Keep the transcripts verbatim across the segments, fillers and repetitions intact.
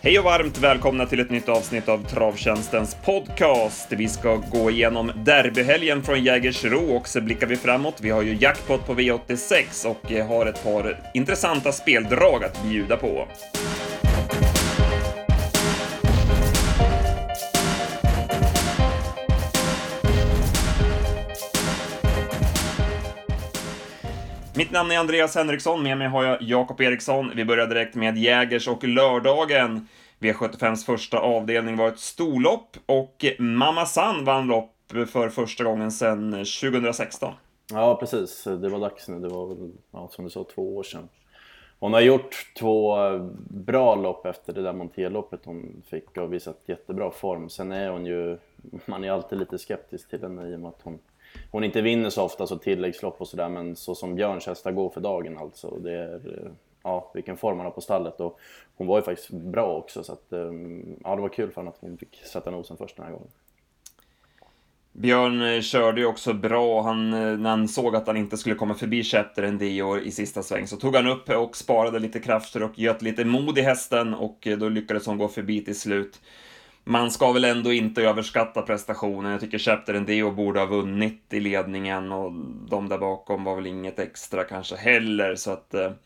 Hej och varmt välkomna till ett nytt avsnitt av Travtjänstens podcast. Vi ska gå igenom derbyhelgen från Jägersro och så blickar vi framåt. Vi har ju jackpot på V åttiosex och har ett par intressanta speldrag att bjuda på. Mitt namn är Andreas Henriksson, med mig har jag Jakob Eriksson. Vi börjar direkt med Jägers och lördagen. V sjuttiofems första avdelning var ett storlopp och Mamma San vann lopp för första gången sedan tjugohundrasexton. Ja, precis. Det var dags nu. Det var väl, ja, som du sa, två år sedan. Hon har gjort två bra lopp efter det där Monté-loppet hon fick och visat jättebra form. Sen är hon ju, man är alltid lite skeptisk till henne i och med att hon Hon inte vinner så ofta, så tilläggslopp och sådär, men så som Björns hästar går för dagen alltså. Det är, ja, vilken form han har på stallet, och hon var ju faktiskt bra också, så att, ja, det var kul för henne att hon fick sätta nosen först den här gången. Björn körde ju också bra. Han, när han såg att han inte skulle komma förbi Chapter and Dio i sista sväng, så tog han upp och sparade lite krafter och göt lite mod i hästen, och då lyckades hon gå förbi till slut. Man ska väl ändå inte överskatta prestationen. Jag tycker Chapter and Dio borde ha vunnit i ledningen, och de där bakom var väl inget extra kanske heller, så att äh,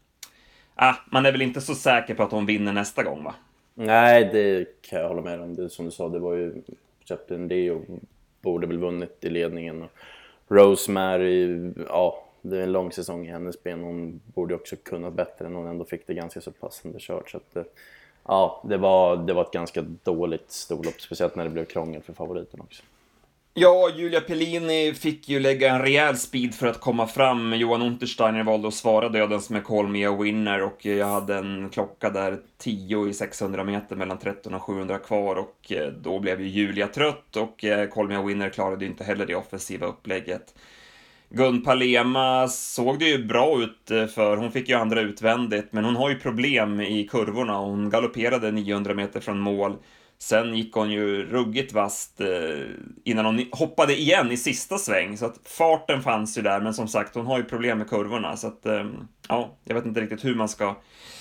man är väl inte så säker på att hon vinner nästa gång, va? Nej, det kan jag hålla med om. Det, som du sa, det var ju Chapter and Dio borde väl vunnit i ledningen, och Rosemary, ja, det är en lång säsong i hennes ben. Hon borde också kunna bättre, än hon ändå fick det ganska så passande kört, så att ja, det var, det var ett ganska dåligt storlopp, speciellt när det blev krångel för favoriten också. Ja, Julia Pellini fick ju lägga en rejäl speed för att komma fram. Johan Untersteiner valde att svara dödens med Call Me A Winner, och jag hade en klocka där tio i sexhundra meter mellan tretton och sjuhundra kvar, och då blev ju Julia trött, och Call Me A Winner klarade ju inte heller det offensiva upplägget. Gun Palema såg det ju bra ut för, hon fick ju andra utvändigt, men hon har ju problem i kurvorna. Hon galopperade niohundra meter från mål. Sen gick hon ju ruggigt vast innan hon hoppade igen i sista sväng, så att farten fanns ju där, men som sagt, hon har ju problem med kurvorna, så att ja, jag vet inte riktigt hur man ska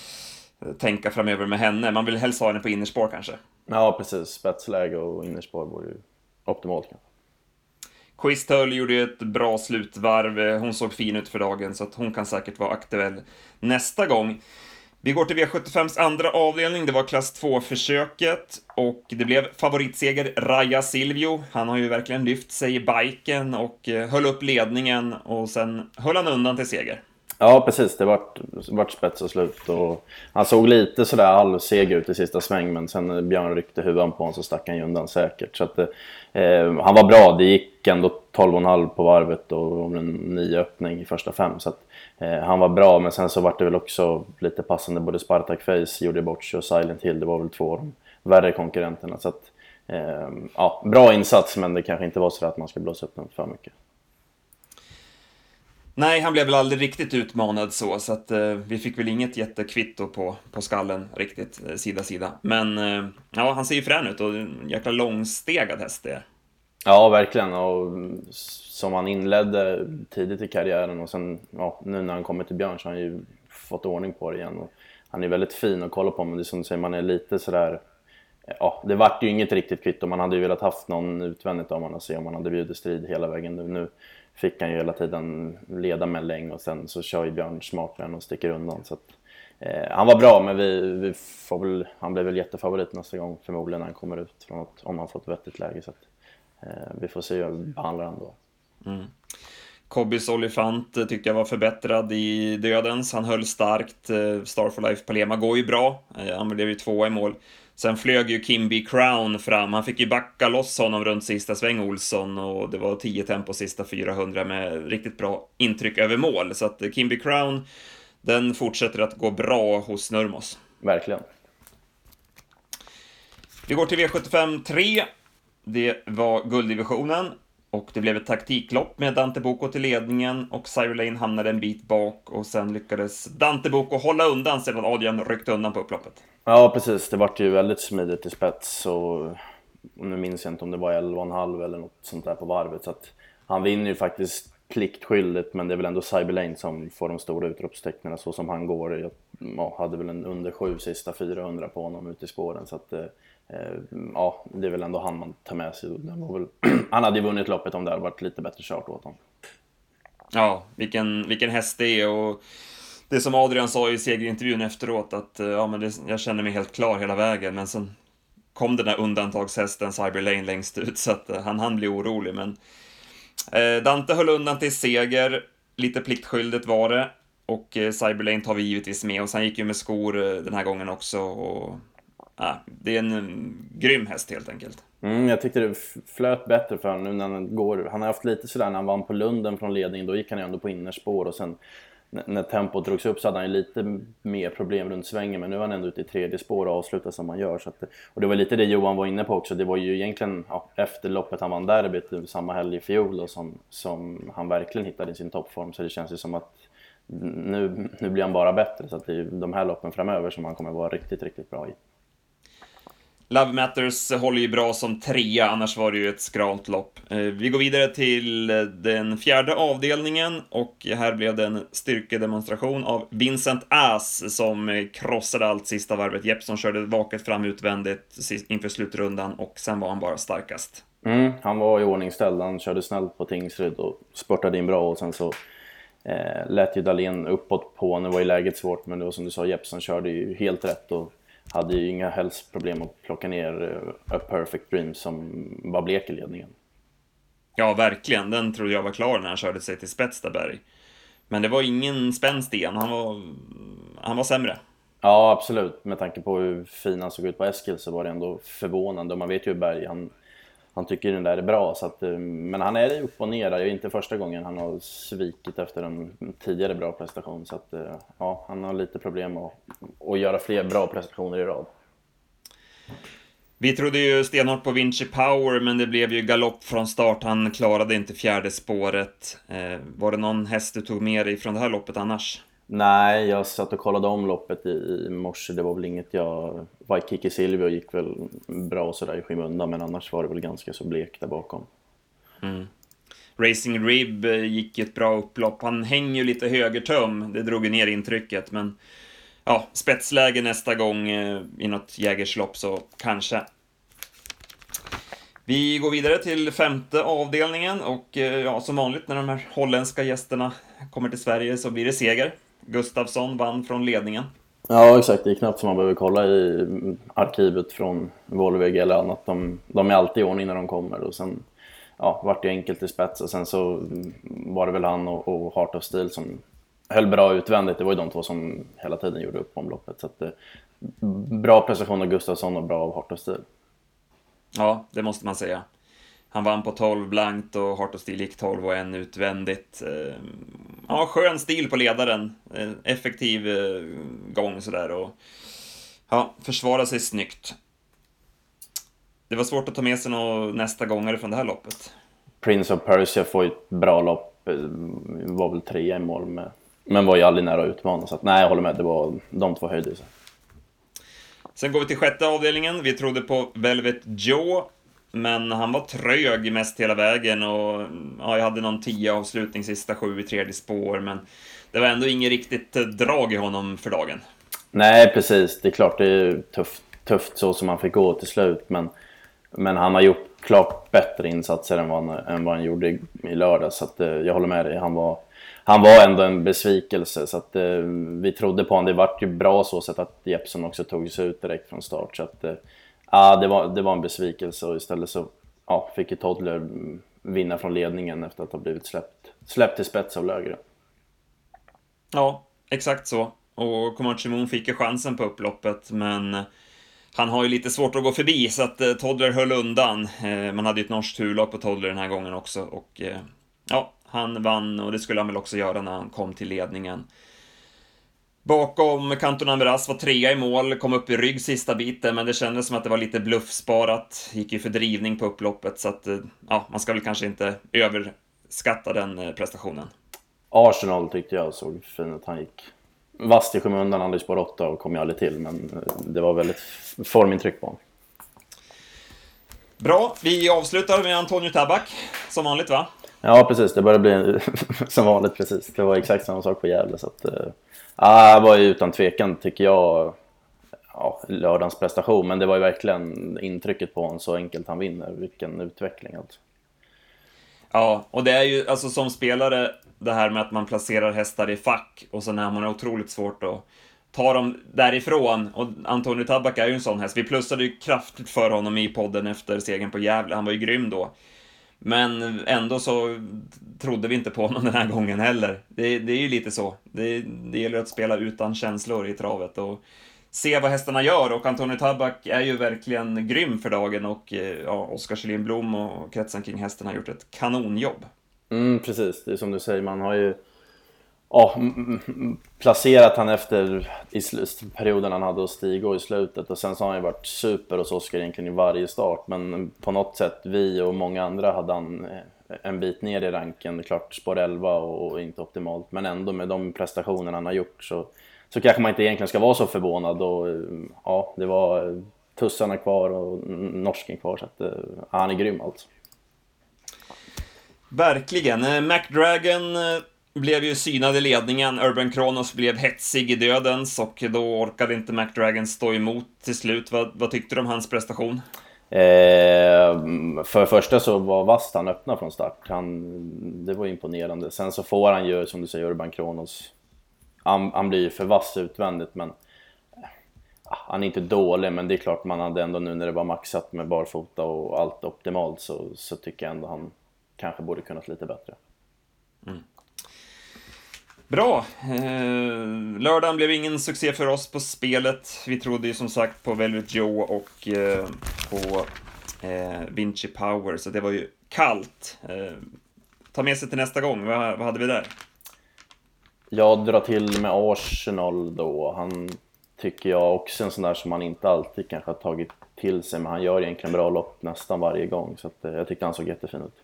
tänka framöver med henne. Man vill helst ha henne på innerspår kanske. Ja, precis. Spetsläge och innerspår vore ju optimalt kanske. Quistöl gjorde ju ett bra slutvarv. Hon såg fin ut för dagen, så att hon kan säkert vara aktuell nästa gång. Vi går till V sjuttiofems andra avdelning. Det var klass två-försöket, och det blev favoritseger Raja Silvio. Han har ju verkligen lyft sig i biken och höll upp ledningen, och sen höll han undan till seger. Ja, precis. Det vart, vart spets och slut, och han såg lite sådär halvseg ut i sista sväng, men sen Björn ryckte huvudet på honom, så stack han ju undan säkert. Så att, eh, han var bra. Det gick ändå tolv komma fem på varvet och om en nio öppning i första fem, så att eh, han var bra. Men sen så var det väl också lite passande, både Spartak Face, Jordi Bocci och Silent Hill. Det var väl två av de värre konkurrenterna, så att eh, ja, bra insats, men det kanske inte var så att man skulle blåsa upp den för mycket. Nej, han blev väl aldrig riktigt utmanad så, så att eh, vi fick väl inget jättekvitto på, på skallen riktigt, eh, sida sida. Men eh, ja, han ser ju frän ut, och en jäkla långstegad häst det är. Ja, verkligen. Och som han inledde tidigt i karriären, och sen ja, nu när han kommer till Björn, så har han ju fått ordning på det igen. Och han är väldigt fin att kolla på, men det är som du säger, man är lite sådär, ja, det vart ju inget riktigt kvitt, och man hade ju velat haft någon utvändigt om man har se om man hade bjudit strid hela vägen. Nu, nu fick han ju hela tiden leda med längd, och sen så kör ju Björn smart med och sticker undan, så att, eh, han var bra, men vi, vi får väl, han blir väl jättefavorit nästa gång förmodligen när han kommer ut från något, om han får ett vettigt läge, så att eh, vi får se hur vi behandlar han då. Mm. Kobbys Olifant tyckte jag var förbättrad i dödens. Han höll starkt. Star for Life Palema går ju bra. Han blev ju tvåa i mål. Sen flög ju Kimby Crown fram. Han fick ju backa loss honom runt sista sväng, Olsson, och det var tio tempo sista fyrahundra med riktigt bra intryck över mål. Så att Kimby Crown, den fortsätter att gå bra hos Nurmos. Verkligen. Vi går till V sjuttiofem tre. Det var gulddivisionen, och det blev ett taktiklopp med Dante Bocco till ledningen, och Cyril Lane hamnade en bit bak, och sen lyckades Dante Bocco hålla undan sedan Adrian ryckte undan på upploppet. Ja, precis. Det var ju väldigt smidigt i spets, och nu minns jag inte om det var elva komma fem eller något sånt där på varvet, så att han vinner ju faktiskt pliktskyldigt, men det är väl ändå Cyber Lane som får de stora utropstecknen så som han går. Jag ja, hade väl en under sju sista fyrahundra på honom ute i spåren, så att eh, ja, det är väl ändå han man tar med sig. Det var väl, han hade ju vunnit loppet om det hade varit lite bättre kört åt honom. Ja, vilken, vilken häst det är, och det som Adrian sa i segerintervjun efteråt, att ja, men det, jag känner mig helt klar hela vägen, men sen kom den där undantagshästen Cyber Lane längst ut, så att han, han bli orolig, men eh, Dante höll undan till seger, lite pliktskyldigt var det, och eh, Cyber Lane tar vi givetvis med, och sen gick ju med skor eh, den här gången också, och ja, det är en um, grym häst helt enkelt. Mm, jag tyckte det flöt bättre för honom nu när han går. Han har haft lite sådär när han vann på Lunden från ledningen, då gick han ju ändå på innerspår, och sen när tempot drogs upp så hade han ju lite mer problem runt svängen, men nu är han ändå ute i tredje spår och avslutar som han gör. Så att, och det var lite det Johan var inne på också, det var ju egentligen ja, efter loppet han vann derbyt samma helg i fjol och som, som han verkligen hittade i sin toppform, så det känns ju som att nu, nu blir han bara bättre, så att det är de här loppen framöver som han kommer vara riktigt, riktigt bra i. Love Matters håller ju bra som trea, annars var det ju ett skralt lopp. Vi går vidare till den fjärde avdelningen, och här blev det en styrkedemonstration av Vincent Ass som krossade allt sista varvet. Jeppson körde vaket fram utvändigt inför slutrundan, och sen var han bara starkast. Mm, han var i ordningställd, han körde snällt på Tingsryd och spurtade in bra, och sen så eh, lät ju Dahlén uppåt på. Nu var ju läget svårt, men det var som du sa, Jeppson körde ju helt rätt och hade ju inga helst problem att plocka ner A Perfect Dream som var blek i ledningen. Ja, verkligen. Den trodde jag var klar när han körde sig till spets där, Berg. Men det var ingen spänst igen. Han var, han var sämre. Ja, absolut. Med tanke på hur fin han såg ut på Eskil så var det ändå förvånande. Och man vet ju hur Berg, han, han tycker den där är bra. Så att, men han är upp och ner. Det är inte första gången han har svikit efter en tidigare bra prestation. Så att, ja, han har lite problem att, att göra fler bra prestationer i rad. Vi trodde ju stenhårt på Vinci Power, men det blev ju galopp från start. Han klarade inte fjärde spåret. Eh, var det någon häst du tog med dig från det här loppet annars? Nej, jag satt och kollade om loppet i, i morse. Det var väl inget jag... Waikiki Silvio gick väl bra sådär i skymundan, men annars var det väl ganska så blek där bakom. Mm. Racing Rib gick ett bra upplopp. Han hänger ju lite högertöm. Det drog ju ner intrycket, men ja, spetsläge nästa gång eh, i något jägerslopp så kanske. Vi går vidare till femte avdelningen, och eh, ja, som vanligt när de här holländska gästerna kommer till Sverige så blir det seger. Gustafsson vann från ledningen. Ja, exakt. Det är knappt som man behöver kolla i arkivet från Volveg eller annat. De, de är alltid i ordning när de kommer, och sen ja, vart det enkelt i spets, och sen så var det väl han och, och Heart of Steel som höll bra utvändigt. Det var ju de två som hela tiden gjorde upp om loppet. Så att, eh, bra prestation av Gustafsson och bra av Heart of Steel. Ja, det måste man säga. Han vann på tolv blankt och Heart of Steel gick tolv och en utvändigt. Ja, skön stil på ledaren. Effektiv gång sådär, och ja, försvara sig snyggt. Det var svårt att ta med sig några nästa gångare från det här loppet. Prince of Persia får ett bra lopp. Var väl tre i mål med, men var ju aldrig nära att utmana. Så att, nej, jag håller med. Det var de två höjde sig. Sen går vi till sjätte avdelningen. Vi trodde på Velvet Joe, men han var trög mest hela vägen, och ja, jag hade någon tio avslutning sista sju i tredje spår, men det var ändå inget riktigt drag i honom för dagen. Nej, precis. Det är klart det är tufft, tufft så som han fick gå till slut, men, men han har gjort klart bättre insatser än vad han, än vad han gjorde i, i lördag, så att, jag håller med dig. Han var, han var ändå en besvikelse, så att eh, vi trodde på honom. Det vart ju bra så sätt att Jeppson också tog sig ut direkt från start, så att eh, ja, det var, det var en besvikelse, och istället så ja, fick ju Toddler vinna från ledningen efter att ha blivit släppt, släppt till spets av Lögre. Ja, exakt så. Och Comanche Moon fick ju chansen på upploppet, men han har ju lite svårt att gå förbi, så att eh, Toddler höll undan. Eh, man hade ju ett norskt turlag på Toddler den här gången också, och eh, ja, han vann, och det skulle han väl också göra när han kom till ledningen. Bakom Canton Ambras var trea i mål, kom upp i rygg sista biten, men det kändes som att det var lite bluffsparat. Gick ju för drivning på upploppet, så att ja, man ska väl kanske inte överskatta den prestationen. Arsenal tyckte jag såg fin att han gick vast i skymundan, han hade spår åtta och kom ju aldrig till, men det var väldigt formintryck på honom. Bra, vi avslutar med Antonio Tabak, som vanligt va? Ja, precis. Det började bli som vanligt, precis. Det var exakt samma sak på Gävle. Så att, äh, det var ju utan tvekan, tycker jag, ja, lördagens prestation. Men det var ju verkligen intrycket på honom, så enkelt han vinner. Vilken utveckling alltså. Ja, och det är ju alltså som spelare det här med att man placerar hästar i fack och sen är man otroligt svårt att ta dem därifrån. Och Antonio Tabak är ju en sån häst. Vi plussade ju kraftigt för honom i podden efter segern på Gävle. Han var ju grym då. Men ändå så trodde vi inte på honom den här gången heller. Det, det är ju lite så. Det, det gäller att spela utan känslor i travet och se vad hästarna gör. Och Antonio Tabak är ju verkligen grym för dagen. Och ja, Oskar Kjellin Blom och kretsen kring hästen har gjort ett kanonjobb. Mm, precis, det är som du säger, man har ju ja, placerat han efter i perioden han hade att stiga i slutet, och sen så har han ju varit super hos Oskar egentligen i varje start, men på något sätt vi och många andra hade han en bit ner i ranken, klart spår elva och inte optimalt, men ändå med de prestationerna han har gjort så, så kanske man inte egentligen ska vara så förvånad. Och ja, det var tussarna kvar och norsken kvar, så att ja, han är grym alltså. Verkligen. McDragon blev ju synad i ledningen. Urban Kronos blev hetsig i dödens och då orkade inte McDragon stå emot till slut. Vad, vad tyckte du om hans prestation? Eh, för första så var Vast han öppna från start. Han, det var imponerande. Sen så får han ju, som du säger, Urban Kronos. Han, han blir ju för vass utvändigt, men han är inte dålig, men det är klart man hade ändå, nu när det var maxat med barfota och allt optimalt, så, så tycker jag ändå han kanske borde kunnat lite bättre. Mm. Bra. Eh, lördagen blev ingen succé för oss på spelet. Vi trodde ju som sagt på Velvet Joe och eh, på eh, Vinci Power, så det var ju kallt. Eh, ta med sig till nästa gång. Vad, vad hade vi där? Jag drar till med Arsenal då. Han tycker jag också en sån där som man inte alltid kanske har tagit till sig, men han gör egentligen bra lopp nästan varje gång, så att, eh, jag tyckte han såg jättefin ut.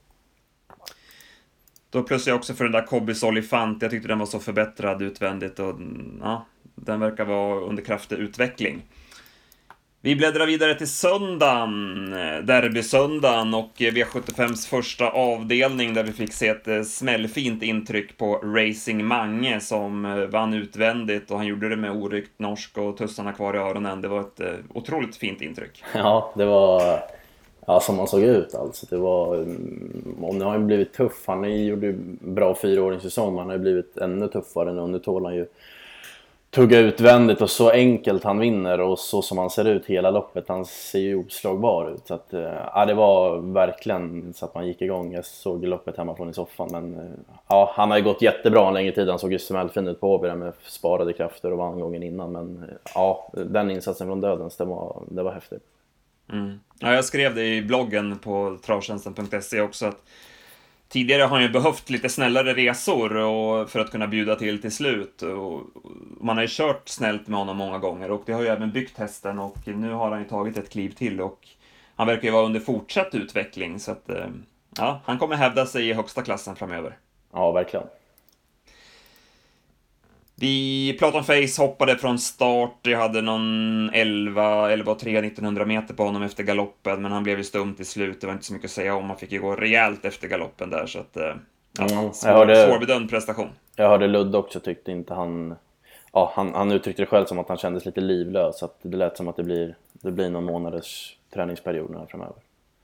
Då plussade jag också för den där Cobbys Olifant. Jag tyckte den var så förbättrad utvändigt och ja, den verkar vara under kraftig utveckling. Vi bläddrar vidare till söndagen, derbysöndagen och V sjuttiofems första avdelning där vi fick se ett smällfint intryck på Racing Mange som vann utvändigt och han gjorde det med oryckt norsk och tussarna kvar i öronen. Det var ett otroligt fint intryck. Ja, det var... Ja, som han såg ut alltså. Det var, om det har ju blivit tuff. Han gjorde ju bra fyraåringssäsong, men han har ju blivit ännu tuffare nu. Nu tål han ju tugga utvändigt och så enkelt han vinner och så som han ser ut hela loppet. Han ser ju oslagbar ut. Så att, ja, det var verkligen så att man gick igång. Jag såg loppet hemma från i soffan. Men ja, han har ju gått jättebra en längre tid. Han såg ju smällfin ut på Åby med sparade krafter och vann gången innan. Men ja, den insatsen från dödens, det var, det var häftigt. Mm. Ja, jag skrev det i bloggen på travtjänsten punkt se också att tidigare har han ju behövt lite snällare resor och för att kunna bjuda till till slut. Och man har ju kört snällt med honom många gånger och det har ju även byggt hästen och nu har han ju tagit ett kliv till och han verkar ju vara under fortsatt utveckling så att ja, han kommer hävda sig i högsta klassen framöver. Ja, verkligen. Vi, Platon Face hoppade från start, jag hade någon elva, elva och tre nittonhundra meter på honom efter galoppen, men han blev ju stum till slut, det var inte så mycket att säga om, han fick ju gå rejält efter galoppen där, så att, ja, mm, svår, hörde, svårbedömd prestation. Jag hörde Ludd också, tyckte inte han, ja, han, han uttryckte det själv som att han kändes lite livlös, så att det lät som att det blir, det blir någon månaders träningsperiod här framöver.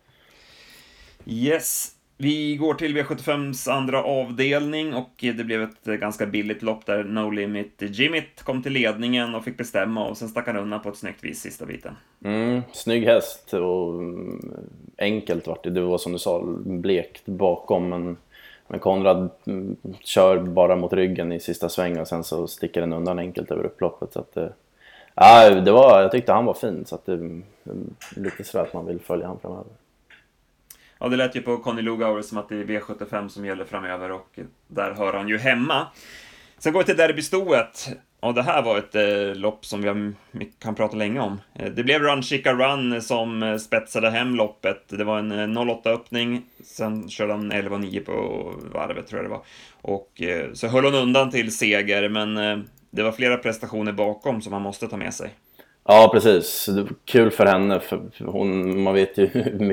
Yes. Vi går till V sjuttiofems andra avdelning och det blev ett ganska billigt lopp där No Limit Jimmit kom till ledningen och fick bestämma och sen stack han undan på ett snyggt vis sista biten. Mm, snygg häst och enkelt vart det. Det var som du sa, blekt bakom, men, men Konrad mm, kör bara mot ryggen i sista sväng och sen så sticker den undan enkelt över upploppet. Så att, ja, det var, jag tyckte han var fin, så att det är lite så att man vill följa han framöver. Ja, det lät ju på Conny Lugauer som att det är V sjuttiofem som gäller framöver och där hör han ju hemma. Sen går vi till derbystoet. Och det här var ett eh, lopp som vi har, kan prata länge om. Eh, det blev Run Chica Run som eh, spetsade hem loppet. Det var en eh, noll åtta-öppning. Sen körde han elva nio på varvet, tror jag det var. Och eh, så höll hon undan till seger, men eh, det var flera prestationer bakom som man måste ta med sig. Ja, precis. Det var kul för henne. För hon, man vet ju hur mycket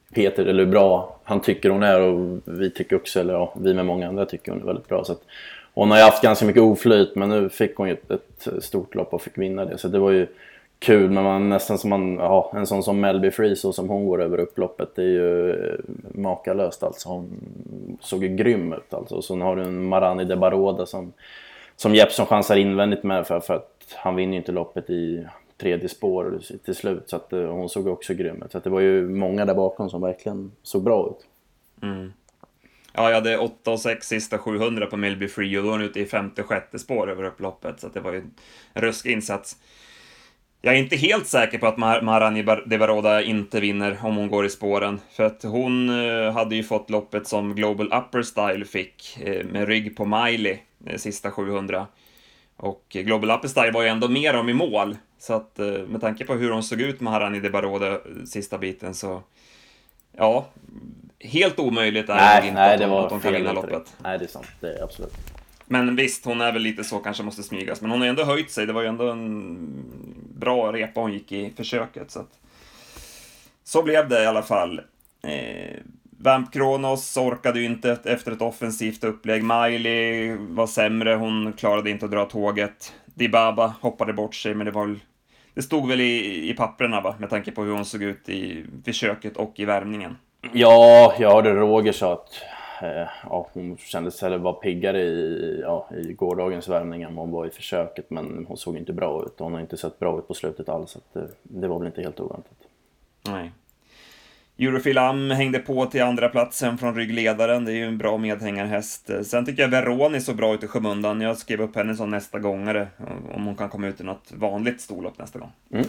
Peter, eller hur bra han tycker hon är, och vi tycker också, eller ja, vi med många andra tycker hon är väldigt bra. Så att hon har ju haft ganska mycket oflyt, men nu fick hon ju ett, ett stort lopp och fick vinna det. Så det var ju kul, men man nästan som man, ja, en sån som Melby Free, så som hon går över upploppet, det är ju makalöst alltså. Hon såg ju grym ut alltså. Och så har du en Marani de Baroda som, som Jeppson chansar invändigt med, för, för att han vinner ju inte loppet i tredje spår till slut, så att hon såg också grym ut. Så att det var ju många där bakom som verkligen såg bra ut. Mm. Ja, jag hade åtta och sex sista sjuhundra på Melby Free, och då var hon ute i femte sjätte spår över upploppet, så att det var ju en ruskig insats. Jag är inte helt säker på att Mar- Marani de Baroda inte vinner om hon går i spåren, för att hon eh, hade ju fått loppet som Global Upper Style fick, eh, med rygg på Miley eh, sista sjuhundra. Och Global Upper Style var ju ändå mer om i mål, så att eh, med tanke på hur hon såg ut med Marani de Baroda eh, sista biten, så ja, helt omöjligt är nej, det inte nej, att, det hon, var att hon kan vinna fel loppet. Nej, det är sant, det är absolut. Men visst, hon är väl lite så, kanske måste smygas. Men hon har ändå höjt sig. Det var ju ändå en bra repa hon gick i försöket. Så, att... så blev det i alla fall. Eh, Vamp Kronos orkade ju inte efter ett offensivt upplägg. Miley var sämre, hon klarade inte att dra tåget. Dibaba hoppade bort sig, men det var väl... Det stod väl i, i papperna, va? Med tanke på hur hon såg ut i försöket och i värmningen. Ja, jag hörde Roger sa att ja, hon kändes eller var piggare i, ja, i gårdagens värmning än hon var i försöket, men hon såg inte bra ut. Hon har inte sett bra ut på slutet alls, så att det, det var väl inte helt oväntat. Nej. Eurofilam hängde på till andra platsen från ryggledaren. Det är ju en bra medhängarhäst. Sen tycker jag Veroni så bra ut i skymundan. Jag skrev upp henne som nästa gångare, om hon kan komma ut i något vanligt storlopp nästa gång. Mm.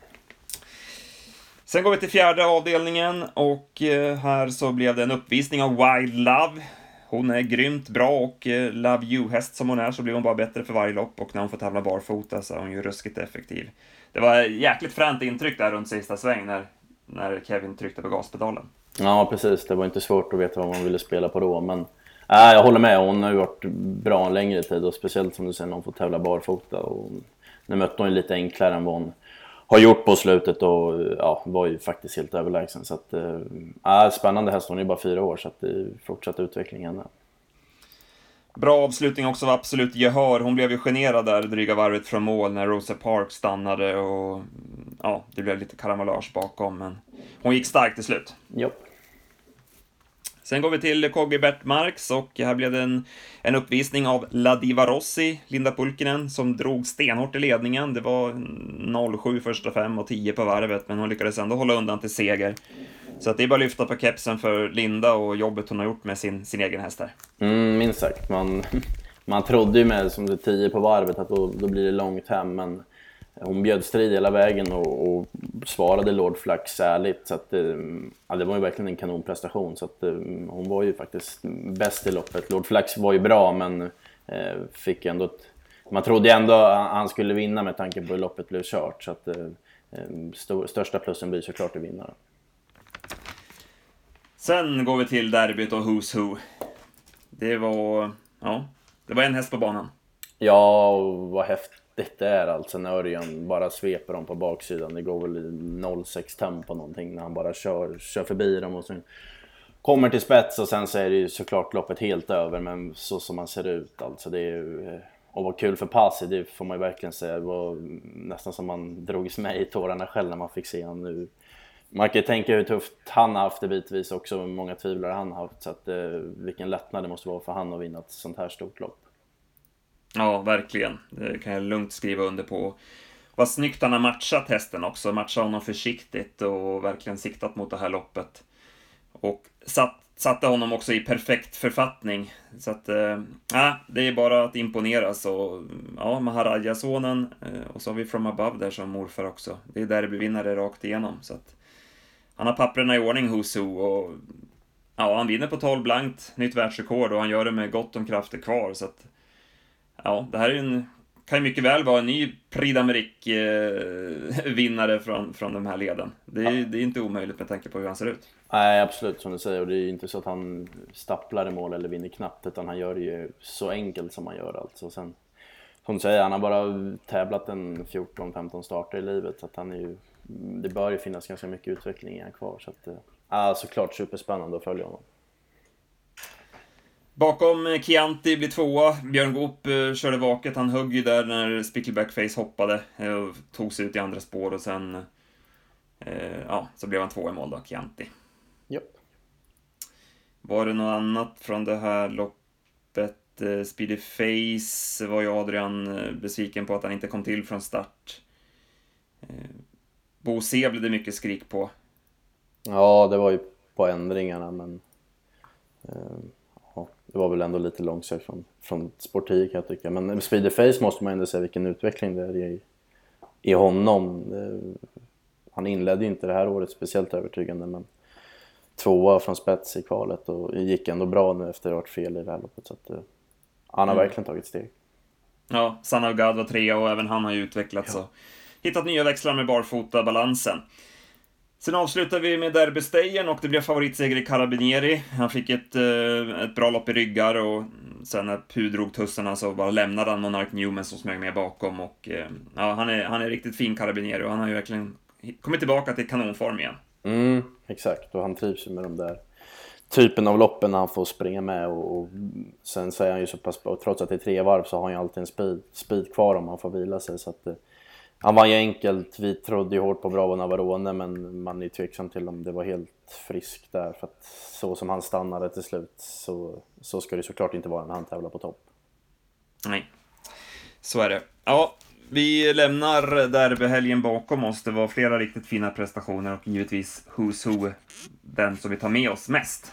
Sen går vi till fjärde avdelningen, och här så blev det en uppvisning av Wild Love. Hon är grymt bra, och Love You-häst som hon är, så blir hon bara bättre för varje lopp, och när hon får tävla barfota så är hon ju ruskigt effektiv. Det var jäkligt fränt intryck där runt sista sväng när, när Kevin tryckte på gaspedalen. Ja, precis. Det var inte svårt att veta vad man ville spela på då, men äh, jag håller med. Hon har ju varit bra en längre tid, och speciellt som du säger när hon får tävla barfota. Och nu mötte hon ju lite enklare än vad hon har gjort på slutet, och ja, var ju faktiskt helt överlägsen. Så att, äh, spännande häst. Hon är ju bara fyra år, så att det är fortsatt utveckling henne. Bra avslutning också av Absolut Gehör. Hon blev ju generad där dryga varvet från mål när Rosa Parks stannade, och ja, det blev lite karamelage bakom, men hon gick starkt till slut. Jo. Sen går vi till K G Bertmarks, och här blev det en, en uppvisning av La Diva Rossi, Linda Pulkkinen, som drog stenhårt i ledningen. Det var noll sju första fem och tio på varvet, men hon lyckades ändå hålla undan till seger. Så att det är bara att lyfta på kepsen för Linda och jobbet hon har gjort med sin, sin egen häst här. Mm, minst sagt. Man, man trodde ju med som det tio på varvet att då, då blir det långt hem, men hon bjöd strid hela vägen och, och svarade Lord Flax ärligt, så att ja, det var ju verkligen en kanonprestation. Så att hon var ju faktiskt bäst i loppet. Lord Flax var ju bra, men eh, fick ändå ett, man trodde ändå att han skulle vinna med tanke på hur loppet blev kört, så att eh, st- största plussen blir såklart att vinna. Sen går vi till derbyt och Who's Who. Det var, ja, det var en häst på banan. Ja, vad häftigt det är alltså när Örjan bara sveper dem på baksidan. Det går väl i noll sex tempo någonting när han bara kör, kör förbi dem och sen kommer till spets, och sen så är det ju såklart loppet helt över, men så som man ser ut alltså, det är ju, och vad kul för Pasi, det får man ju verkligen säga. Det var nästan som man drogs med i tårarna själv när man fick se honom nu. Man kan ju tänka hur tufft han har haft det bitvis också, många tvivlare han har haft, så att eh, vilken lättnad det måste vara för han att vinna ett sånt här stort lopp. Ja, verkligen. Det kan jag lugnt skriva under på. Vad snyggt han har matchat hästen också. Matchat honom försiktigt och verkligen siktat mot det här loppet. Och satt, satte honom också i perfekt författning. Så att, äh, det är bara att imponera. Så, ja, Maharaja-sonen, äh, och så har vi From Above där som morfar också. Det är derbyvinnare rakt igenom. Så att, han har papperna i ordning, Who's Who, och ja, han vinner på tolv blankt, nytt världsrekord, och han gör det med gott om krafter kvar. Så att, ja, det här är en, kan ju mycket väl vara en ny Prix d'Amérique-vinnare från, från de här leden. Det är, ja. det är inte omöjligt med tanke på hur han ser ut. Nej, absolut, som du säger. Och det är ju inte så att han stapplar i mål eller vinner knappt, utan han gör det ju så enkelt som han gör. Alltså. Sen, som du säger, han har bara tävlat en fjorton femton starter i livet, så att han är ju, det bör ju finnas ganska mycket utveckling i han kvar. Så att, Ja, såklart superspännande att följa honom. Bakom Chianti blir tvåa. Björn Goop eh, körde vaket. Han högg ju där när Spickleback Face hoppade eh, och tog sig ut i andra spår och sen eh, ja, så blev han två i mål då, Chianti. Yep. Var det något annat från det här loppet? Eh, Speedy Face var ju Adrian eh, besviken på att han inte kom till från start. Eh, Bo C blev det mycket skrik på. Ja, det var ju på ändringarna, men eh, ja, det var väl ändå lite långsökt från, från Sport tio kan jag tycka. Men Speedy Face måste man ändå säga vilken utveckling det är i, i honom. Det, han inledde ju inte det här året speciellt övertygande, men tvåa från spets i kvalet och gick ändå bra nu efter att ha varit fel i det här loppet. Så att, eh, han har mm. verkligen tagit steg. Ja, Son God var trea och även han har ju utvecklats ja. och hittat nya växlar med barfota balansen. Sen avslutar vi med derbystejen och det blev favoritseger i Carabinieri. Han fick ett, ett bra lopp i ryggar och sen när Pu drog tussarna så bara lämnade han Monarch Newman som smög med bakom. Och, ja, han, är, han är riktigt fin Carabinieri och han har ju verkligen kommit tillbaka till kanonform igen. Mm, exakt, och han trivs ju med de där typen av loppen när han får springa med och, och sen så är han ju så pass bra, trots att det är tre varv så har han ju alltid en speed, speed kvar om han får vila sig, så att han var ju enkelt. Vi trodde ju hårt på Bravo Navarone, men man är ju tveksam till om det var helt frisk där, för att så som han stannade till slut så, så ska det såklart inte vara när han tävlar på topp. Nej, så är det. Ja, vi lämnar derbyhelgen bakom oss. Det var flera riktigt fina prestationer och givetvis Who's Who, den som vi tar med oss mest.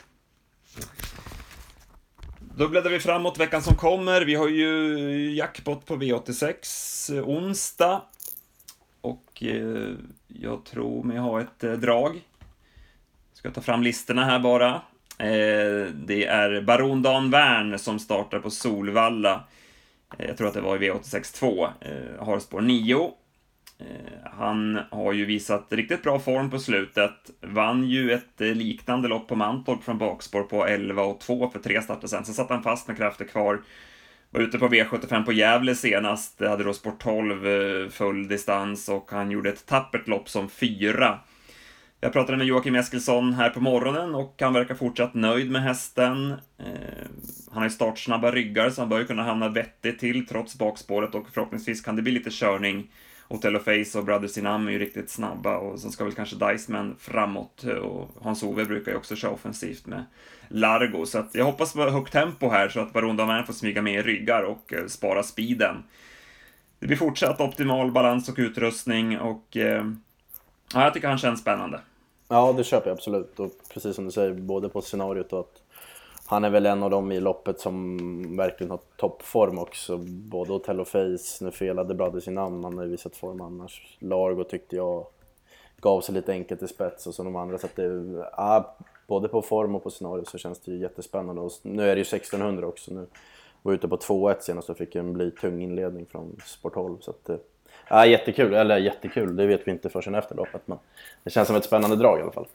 Då bläddrar vi framåt veckan som kommer. Vi har ju jackpot på V åttiosex onsdag. Och eh, jag tror mig ha ett eh, drag. Ska ta fram listorna här bara. Eh, det är Baron Dan Wern som startar på Solvalla. Eh, jag tror att det var i V åttiosex två. Eh, har spår nio. Eh, han har ju visat riktigt bra form på slutet. Vann ju ett eh, liknande lopp på Mantorp från bakspår på elva och två för tre starter sen. Så satt han fast med krafter kvar. Var ute på V sjuttiofem på Gävle senast. Det hade då sport tolv full distans och han gjorde ett tappert lopp som fyra. Jag pratade med Joakim Eskilsson här på morgonen och han verkar fortsatt nöjd med hästen. Eh, han har ju startsnabba ryggar så han bör ju kunna hamna vettigt till trots bakspåret och förhoppningsvis kan det bli lite körning. Otello Face och Brother Sinam är ju riktigt snabba och så ska väl kanske Diceman framåt och Hans-Ove brukar ju också köra offensivt med Largo, så att jag hoppas på högt tempo här så att Baron Damen får smyga med i ryggar och eh, spara speeden. Det blir fortsatt optimal balans och utrustning och eh, ja, jag tycker han känns spännande. Ja, det köper jag absolut, och precis som du säger, både på scenariot och att han är väl en av dem i loppet som verkligen har toppform också. Både Otello Face, nu felade Brother sin namn, han har ju visat form annars. Largo tyckte jag gav sig lite enkelt i spets och så de andra, så att det, ja, både på form och på scenario så känns det ju jättespännande. Och nu är det ju sextonhundra också, nu var ute på två ett senast och fick en bli tung inledning från Sport tolv, så att ja, jättekul, eller jättekul, det vet vi inte förrän efter loppet, men det känns som ett spännande drag i alla fall.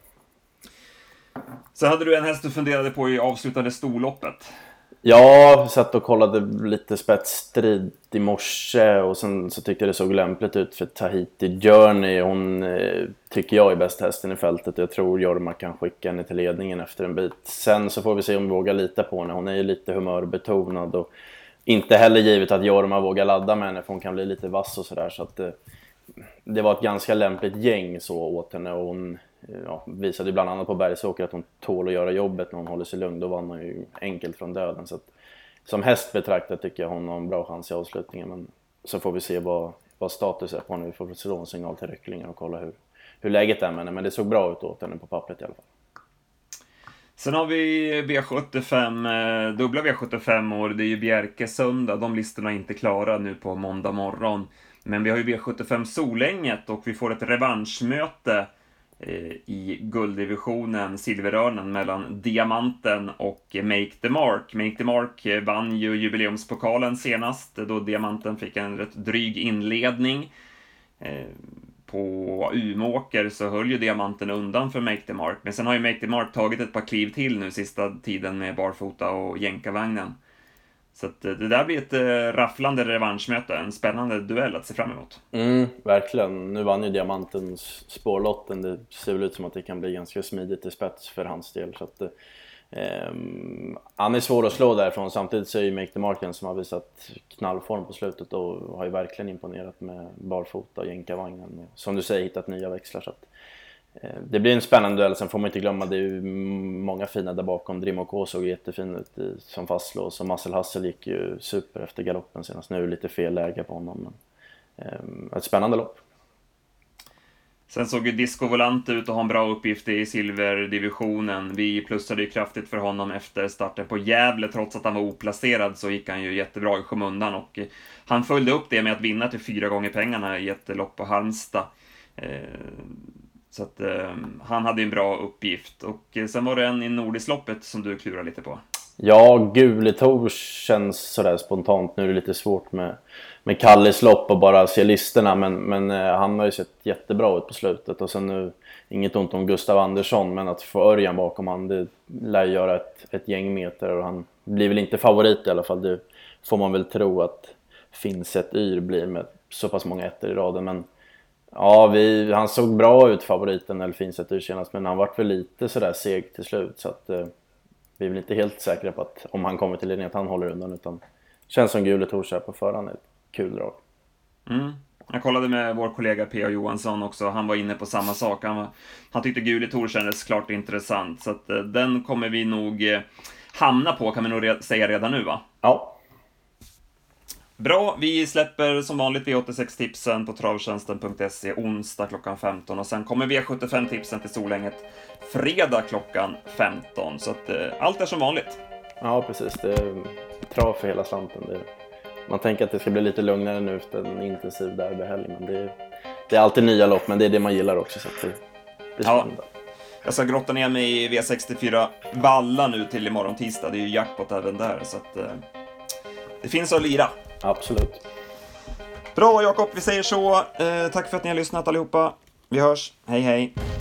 Så hade du en häst du funderade på i avslutande storloppet? Ja, satt och kollade lite spetsstrid i morse och sen så tyckte jag det såg lämpligt ut för Tahiti Journey. Hon eh, tycker jag är bäst hästen i fältet. Jag tror Jorma kan skicka henne till ledningen efter en bit. Sen så får vi se om vi vågar lita på henne. Hon är ju lite humörbetonad och inte heller givet att Jorma vågar ladda med henne för hon kan bli lite vass och sådär. Så att eh, det var ett ganska lämpligt gäng så åt henne och hon ja, visade bland annat på Bergsåker att hon tål att göra jobbet när hon håller sig lugn. Då vann hon ju enkelt från döden. Så att, som häst betraktat tycker jag hon har en bra chans i avslutningen. Men så får vi se vad, vad status är på henne. Vi får slå en signal till Röcklingen och kolla hur, hur läget är med henne. Men det såg bra ut åt henne på pappret i alla fall. Sen har vi V sjuttiofem, dubbla V sjuttiofem år. Det är ju Bjerke söndag. De listorna är inte klara nu på måndag morgon. Men vi har ju V sjuttiofem Solänget och vi får ett revanschmöte i gulddivisionen, Silverörnen, mellan Diamanten och Make the Mark. Make the Mark vann ju jubileumspokalen senast då Diamanten fick en rätt dryg inledning. På Umeåker så höll ju Diamanten undan för Make the Mark, men sen har ju Make the Mark tagit ett par kliv till nu sista tiden med barfota och jänkarvagnen. Så att det där blir ett eh, rafflande revanschmöte, en spännande duell att se fram emot. Mm, verkligen. Nu vann ju Diamantens spårlotten. Det ser väl ut som att det kan bli ganska smidigt i spets för hans del. Så att, eh, han är svår att slå därifrån. Samtidigt så är ju Make the Marken som har visat knallform på slutet och har ju verkligen imponerat med barfota och jänkarvagnen. Som du säger, hittat nya växlar. Så att, eh, det blir en spännande duell. Sen får man inte glömma, det är ju många fina där bakom. Drimoko såg jättefin ut i, som fastlås. Och Marcel Hassel gick ju super efter galoppen senast. Nu är det lite fel läge på honom. Men, ett spännande lopp. Sen såg ju Disco Volante ut att ha en bra uppgift i silverdivisionen. Vi plussade ju kraftigt för honom efter starten på Gävle. Trots att han var oplacerad så gick han ju jättebra i skymundan. Och han följde upp det med att vinna till fyra gånger pengarna i ett lopp på Halmstad. Så att han hade en bra uppgift. Och sen var det en i Nordisloppet som du klurar lite på. Ja, Guletor känns sådär spontant. Nu är det lite svårt med, med Kalles lopp och bara se listorna. Men, men eh, han har ju sett jättebra ut på slutet. Och sen nu, inget ont om Gustav Andersson. Men att få Örjan bakom han, det lär göra ett, ett gäng meter. Och han blir väl inte favorit i alla fall. Det får man väl tro att finns ett yr blir med så pass många ettor i raden. Men ja, vi, han såg bra ut favoriten eller finns ett yr senast. Men han vart väl lite sådär seg till slut. Så att... Eh, vi är väl inte helt säkra på att om han kommer till ledningen att han håller undan, utan känns som Guletor här på förhand, ett kul drag. Mm. Jag kollade med vår kollega P A Johansson också, han var inne på samma sak. Han, var, han tyckte Guletor kändes klart intressant, så att, eh, den kommer vi nog eh, hamna på, kan vi nog re- säga redan nu, va? Ja. Bra, vi släpper som vanligt V åttiosex-tipsen på travtjänsten punkt se onsdag klockan femton och sen kommer V sjuttiofem-tipsen till Solänget fredag klockan femton. Så att eh, allt är som vanligt. Ja, precis. Det är trav för hela slanten. Det är, man tänker att det ska bli lite lugnare nu efter en intensiv derbyhelg, men det är, det är alltid nya lopp, men det är det man gillar också, så att det, det är spännande. Ja. Jag ska grotta ner mig i V sextiofyra Valla nu till imorgon tisdag. Det är ju jackpot även där, så att eh, det finns att lira. Absolut. Bra Jakob, vi säger så. Eh, tack för att ni har lyssnat allihopa. Vi hörs. Hej hej.